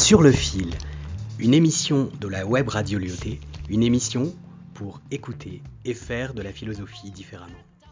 Sur le fil, une émission de la web radio Lyoté, une émission pour écouter et faire de la philosophie différemment.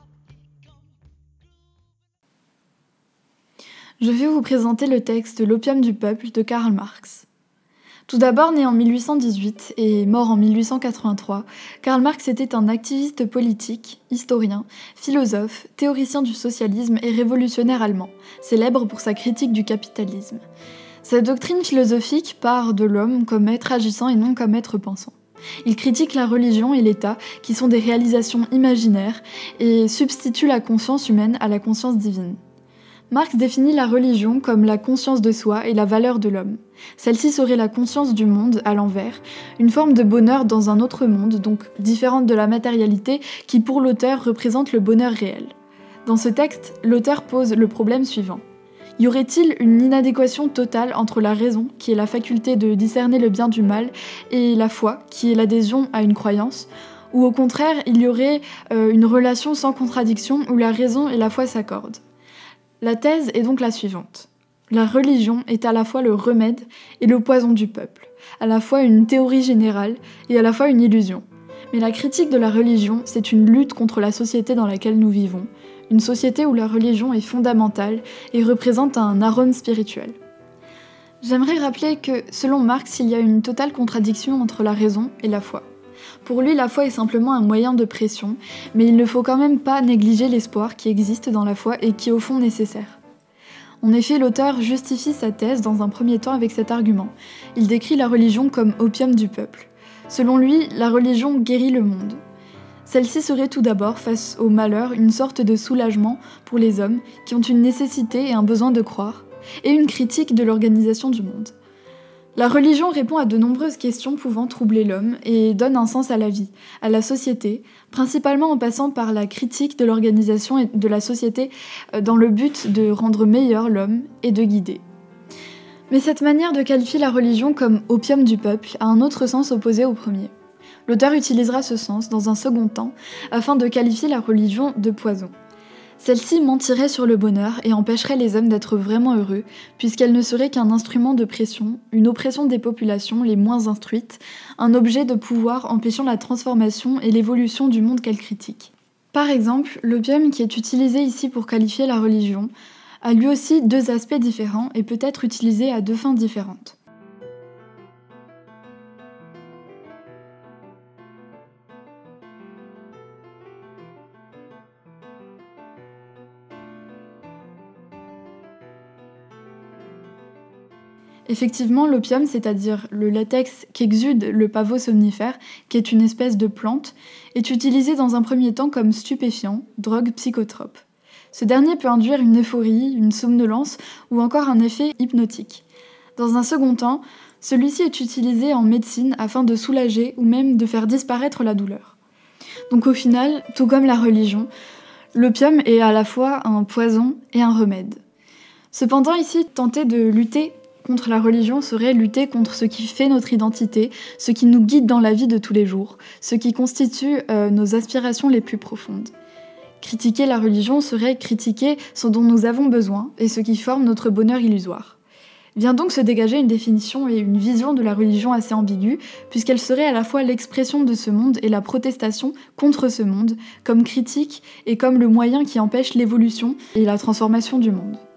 Je vais vous présenter le texte L'opium du peuple de Karl Marx. Tout d'abord né en 1818 et mort en 1883, Karl Marx était un activiste politique, historien, philosophe, théoricien du socialisme et révolutionnaire allemand, célèbre pour sa critique du capitalisme. Sa doctrine philosophique part de l'homme comme être agissant et non comme être pensant. Il critique la religion et l'État, qui sont des réalisations imaginaires, et substitue la conscience humaine à la conscience divine. Marx définit la religion comme la conscience de soi et la valeur de l'homme. Celle-ci serait la conscience du monde à l'envers, une forme de bonheur dans un autre monde, donc différente de la matérialité, qui pour l'auteur représente le bonheur réel. Dans ce texte, l'auteur pose le problème suivant. Y aurait-il une inadéquation totale entre la raison, qui est la faculté de discerner le bien du mal, et la foi, qui est l'adhésion à une croyance, ou au contraire, il y aurait une relation sans contradiction où la raison et la foi s'accordent? La thèse est donc la suivante. La religion est à la fois le remède et le poison du peuple, à la fois une théorie générale et à la fois une illusion. Mais la critique de la religion, c'est une lutte contre la société dans laquelle nous vivons, une société où la religion est fondamentale et représente un arôme spirituel. J'aimerais rappeler que, selon Marx, il y a une totale contradiction entre la raison et la foi. Pour lui, la foi est simplement un moyen de pression, mais il ne faut quand même pas négliger l'espoir qui existe dans la foi et qui est au fond nécessaire. En effet, l'auteur justifie sa thèse dans un premier temps avec cet argument. Il décrit la religion comme opium du peuple. Selon lui, la religion guérit le monde. Celle-ci serait tout d'abord, face au malheur, une sorte de soulagement pour les hommes qui ont une nécessité et un besoin de croire, et une critique de l'organisation du monde. La religion répond à de nombreuses questions pouvant troubler l'homme et donne un sens à la vie, à la société, principalement en passant par la critique de l'organisation et de la société dans le but de rendre meilleur l'homme et de guider. Mais cette manière de qualifier la religion comme opium du peuple a un autre sens opposé au premier. L'auteur utilisera ce sens dans un second temps afin de qualifier la religion de poison. Celle-ci mentirait sur le bonheur et empêcherait les hommes d'être vraiment heureux, puisqu'elle ne serait qu'un instrument de pression, une oppression des populations les moins instruites, un objet de pouvoir empêchant la transformation et l'évolution du monde qu'elle critique. Par exemple, l'opium qui est utilisé ici pour qualifier la religion a lui aussi deux aspects différents et peut être utilisé à deux fins différentes. Effectivement, l'opium, c'est-à-dire le latex qu'exude le pavot somnifère, qui est une espèce de plante, est utilisé dans un premier temps comme stupéfiant, drogue psychotrope. Ce dernier peut induire une euphorie, une somnolence ou encore un effet hypnotique. Dans un second temps, celui-ci est utilisé en médecine afin de soulager ou même de faire disparaître la douleur. Donc au final, tout comme la religion, l'opium est à la fois un poison et un remède. Cependant, ici, tenter de lutter contre la religion serait lutter contre ce qui fait notre identité, ce qui nous guide dans la vie de tous les jours, ce qui constitue nos aspirations les plus profondes. Critiquer la religion serait critiquer ce dont nous avons besoin et ce qui forme notre bonheur illusoire. Vient donc se dégager une définition et une vision de la religion assez ambiguë, puisqu'elle serait à la fois l'expression de ce monde et la protestation contre ce monde, comme critique et comme le moyen qui empêche l'évolution et la transformation du monde.